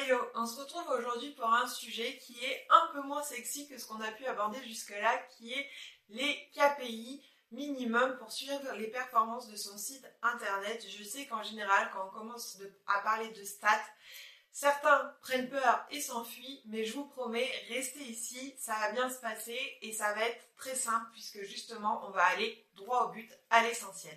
Hello, on se retrouve aujourd'hui pour un sujet qui est un peu moins sexy que ce qu'on a pu aborder jusque-là, qui est les KPI minimum pour suivre les performances de son site internet. Je sais qu'en général, quand on commence à parler de stats, certains prennent peur et s'enfuient, mais je vous promets, restez ici, ça va bien se passer et ça va être très simple puisque justement, on va aller droit au but, à l'essentiel.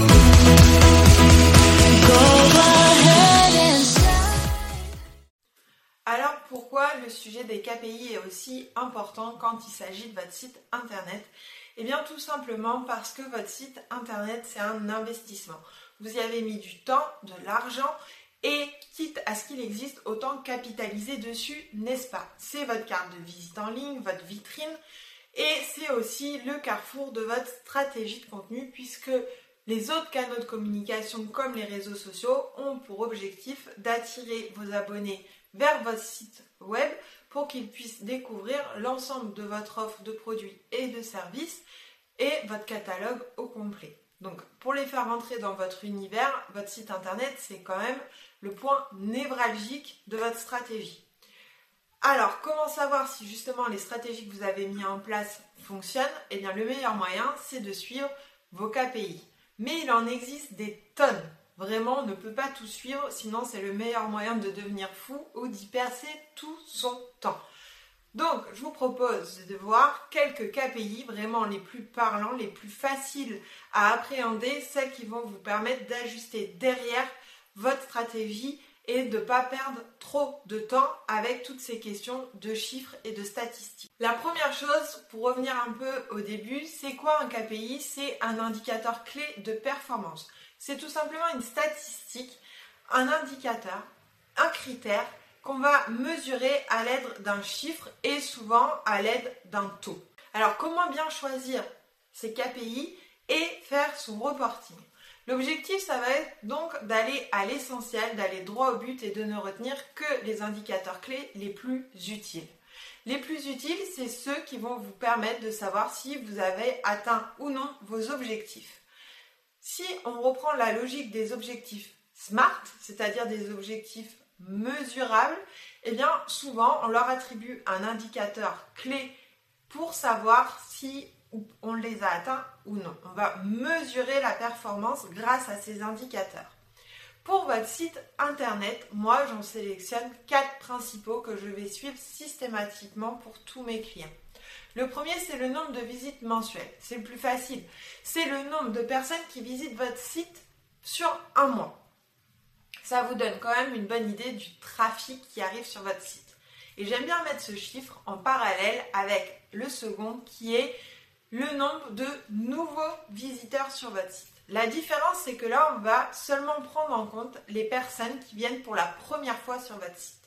Alors pourquoi le sujet des KPI est aussi important quand il s'agit de votre site internet? Eh bien tout simplement parce que votre site internet c'est un investissement. Vous y avez mis du temps, de l'argent et quitte à ce qu'il existe, autant capitaliser dessus, n'est-ce pas? C'est votre carte de visite en ligne, votre vitrine et c'est aussi le carrefour de votre stratégie de contenu puisque les autres canaux de communication comme les réseaux sociaux ont pour objectif d'attirer vos abonnés vers votre site web pour qu'ils puissent découvrir l'ensemble de votre offre de produits et de services et votre catalogue au complet. Donc pour les faire rentrer dans votre univers, votre site internet c'est quand même le point névralgique de votre stratégie. Alors comment savoir si justement les stratégies que vous avez mises en place fonctionnent? Eh bien le meilleur moyen c'est de suivre vos KPI. Mais il en existe des tonnes. Vraiment, on ne peut pas tout suivre, sinon c'est le meilleur moyen de devenir fou ou d'y passer tout son temps. Donc, je vous propose de voir quelques KPI, vraiment les plus parlants, les plus faciles à appréhender, celles qui vont vous permettre d'ajuster derrière votre stratégie et de ne pas perdre trop de temps avec toutes ces questions de chiffres et de statistiques. La première chose, pour revenir un peu au début, c'est quoi un KPI? C'est un indicateur clé de performance. C'est tout simplement une statistique, un indicateur, un critère qu'on va mesurer à l'aide d'un chiffre et souvent à l'aide d'un taux. Alors comment bien choisir ces KPI et faire son reporting? L'objectif, ça va être donc d'aller à l'essentiel, d'aller droit au but et de ne retenir que les indicateurs clés les plus utiles. Les plus utiles, c'est ceux qui vont vous permettre de savoir si vous avez atteint ou non vos objectifs. Si on reprend la logique des objectifs SMART, c'est-à-dire des objectifs mesurables, eh bien souvent on leur attribue un indicateur clé pour savoir si on les a atteints ou non. On va mesurer la performance grâce à ces indicateurs. Pour votre site internet, moi j'en sélectionne 4 principaux que je vais suivre systématiquement pour tous mes clients. Le premier, c'est le nombre de visites mensuelles. C'est le plus facile. C'est le nombre de personnes qui visitent votre site sur un mois. Ça vous donne quand même une bonne idée du trafic qui arrive sur votre site. Et j'aime bien mettre ce chiffre en parallèle avec le second qui est le nombre de nouveaux visiteurs sur votre site. La différence, c'est que là, on va seulement prendre en compte les personnes qui viennent pour la première fois sur votre site.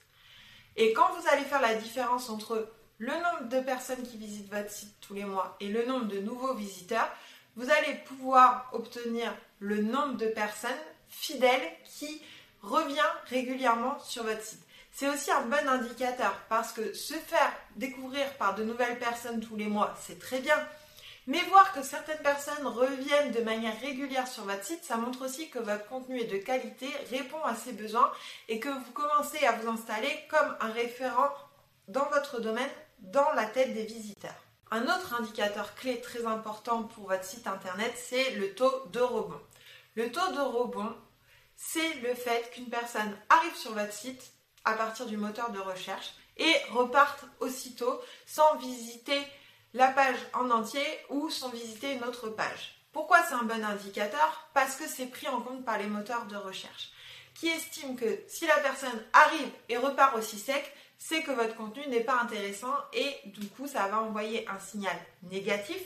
Et quand vous allez faire la différence entre le nombre de personnes qui visitent votre site tous les mois et le nombre de nouveaux visiteurs, vous allez pouvoir obtenir le nombre de personnes fidèles qui revient régulièrement sur votre site. C'est aussi un bon indicateur parce que se faire découvrir par de nouvelles personnes tous les mois, c'est très bien. Mais voir que certaines personnes reviennent de manière régulière sur votre site, ça montre aussi que votre contenu est de qualité, répond à ses besoins et que vous commencez à vous installer comme un référent dans votre domaine, dans la tête des visiteurs. Un autre indicateur clé très important pour votre site internet, c'est le taux de rebond. Le taux de rebond, c'est le fait qu'une personne arrive sur votre site à partir du moteur de recherche et reparte aussitôt sans visiter la page en entier ou sans visiter une autre page. Pourquoi c'est un bon indicateur? Parce que c'est pris en compte par les moteurs de recherche qui estiment que si la personne arrive et repart aussi sec, c'est que votre contenu n'est pas intéressant et du coup ça va envoyer un signal négatif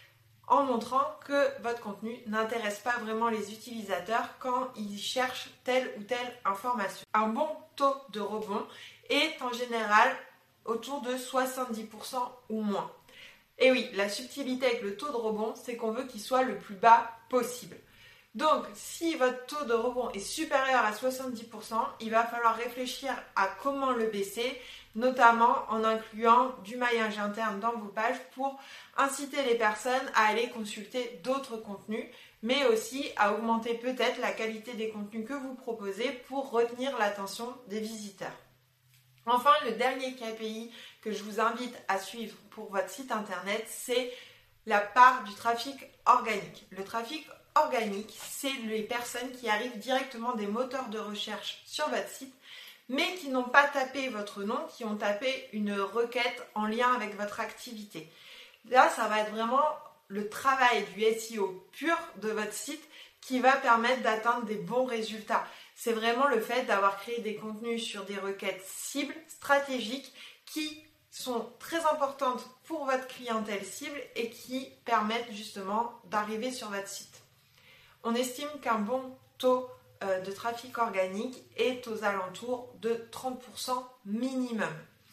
en montrant que votre contenu n'intéresse pas vraiment les utilisateurs quand ils cherchent telle ou telle information. Un bon taux de rebond est en général autour de 70% ou moins. Et oui, la subtilité avec le taux de rebond, c'est qu'on veut qu'il soit le plus bas possible. Donc, si votre taux de rebond est supérieur à 70%, il va falloir réfléchir à comment le baisser, notamment en incluant du maillage interne dans vos pages pour inciter les personnes à aller consulter d'autres contenus, mais aussi à augmenter peut-être la qualité des contenus que vous proposez pour retenir l'attention des visiteurs. Enfin, le dernier KPI que je vous invite à suivre pour votre site internet, c'est la part du trafic organique. Le trafic organique, c'est les personnes qui arrivent directement des moteurs de recherche sur votre site, mais qui n'ont pas tapé votre nom, qui ont tapé une requête en lien avec votre activité. Là, ça va être vraiment le travail du SEO pur de votre site qui va permettre d'atteindre des bons résultats. C'est vraiment le fait d'avoir créé des contenus sur des requêtes cibles, stratégiques, qui sont très importantes pour votre clientèle cible et qui permettent justement d'arriver sur votre site. On estime qu'un bon taux de trafic organique est aux alentours de 30% minimum.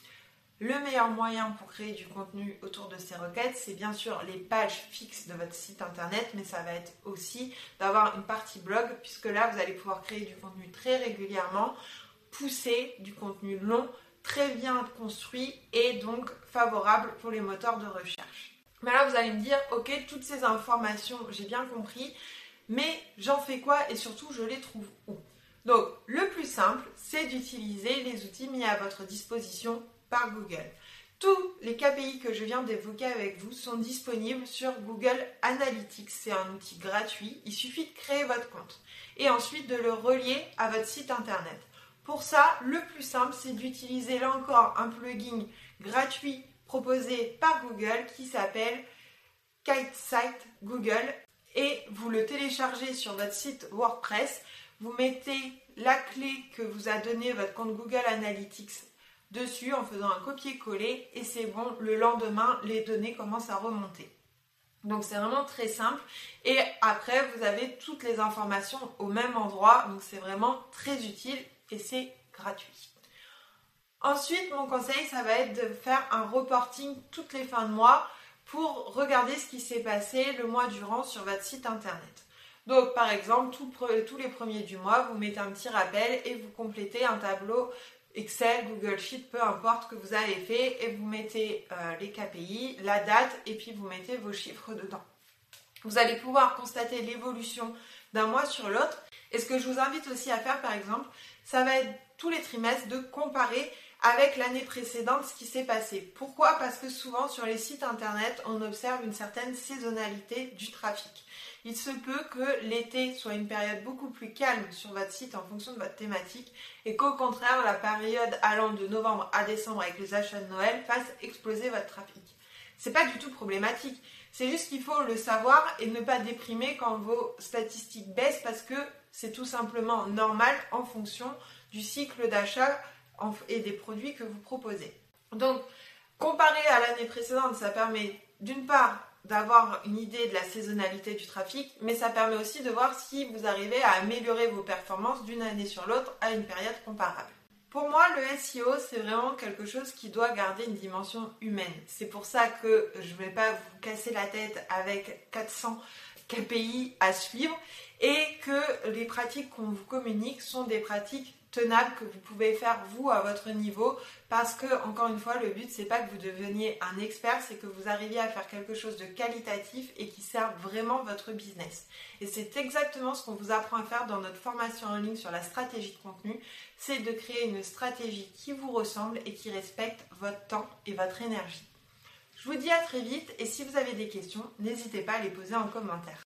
Le meilleur moyen pour créer du contenu autour de ces requêtes, c'est bien sûr les pages fixes de votre site internet, mais ça va être aussi d'avoir une partie blog, puisque là, vous allez pouvoir créer du contenu très régulièrement, pousser du contenu long, très bien construit et donc favorable pour les moteurs de recherche. Mais là, vous allez me dire, ok, toutes ces informations, j'ai bien compris, mais j'en fais quoi et surtout, je les trouve où? Donc, le plus simple, c'est d'utiliser les outils mis à votre disposition par Google. Tous les KPI que je viens d'évoquer avec vous sont disponibles sur Google Analytics. C'est un outil gratuit. Il suffit de créer votre compte et ensuite de le relier à votre site internet. Pour ça, le plus simple, c'est d'utiliser là encore un plugin gratuit proposé par Google qui s'appelle Kitesite Google et vous le téléchargez sur votre site WordPress. Vous mettez la clé que vous a donnée votre compte Google Analytics dessus en faisant un copier-coller et c'est bon, le lendemain, les données commencent à remonter. Donc c'est vraiment très simple et après vous avez toutes les informations au même endroit, donc c'est vraiment très utile et c'est gratuit. Ensuite, mon conseil, ça va être de faire un reporting toutes les fins de mois pour regarder ce qui s'est passé le mois durant sur votre site internet. Donc par exemple, tous les premiers du mois, vous mettez un petit rappel et vous complétez un tableau Excel, Google Sheet, peu importe que vous avez fait et vous mettez les KPI, la date et puis vous mettez vos chiffres dedans. Vous allez pouvoir constater l'évolution d'un mois sur l'autre et ce que je vous invite aussi à faire par exemple, ça va être tous les trimestres de comparer avec l'année précédente ce qui s'est passé. Pourquoi? Parce que souvent sur les sites internet, on observe une certaine saisonnalité du trafic. Il se peut que l'été soit une période beaucoup plus calme sur votre site en fonction de votre thématique et qu'au contraire, la période allant de novembre à décembre avec les achats de Noël fasse exploser votre trafic. C'est pas du tout problématique. C'est juste qu'il faut le savoir et ne pas déprimer quand vos statistiques baissent parce que c'est tout simplement normal en fonction du cycle d'achat et des produits que vous proposez. Donc, comparé à l'année précédente, ça permet d'une part d'avoir une idée de la saisonnalité du trafic, mais ça permet aussi de voir si vous arrivez à améliorer vos performances d'une année sur l'autre à une période comparable. Pour moi, le SEO, c'est vraiment quelque chose qui doit garder une dimension humaine. C'est pour ça que je ne vais pas vous casser la tête avec 400 KPI à suivre et que les pratiques qu'on vous communique sont des pratiques tenables que vous pouvez faire vous à votre niveau parce que, encore une fois, le but c'est pas que vous deveniez un expert, c'est que vous arriviez à faire quelque chose de qualitatif et qui serve vraiment votre business. Et c'est exactement ce qu'on vous apprend à faire dans notre formation en ligne sur la stratégie de contenu, c'est de créer une stratégie qui vous ressemble et qui respecte votre temps et votre énergie. Je vous dis à très vite et si vous avez des questions, n'hésitez pas à les poser en commentaire.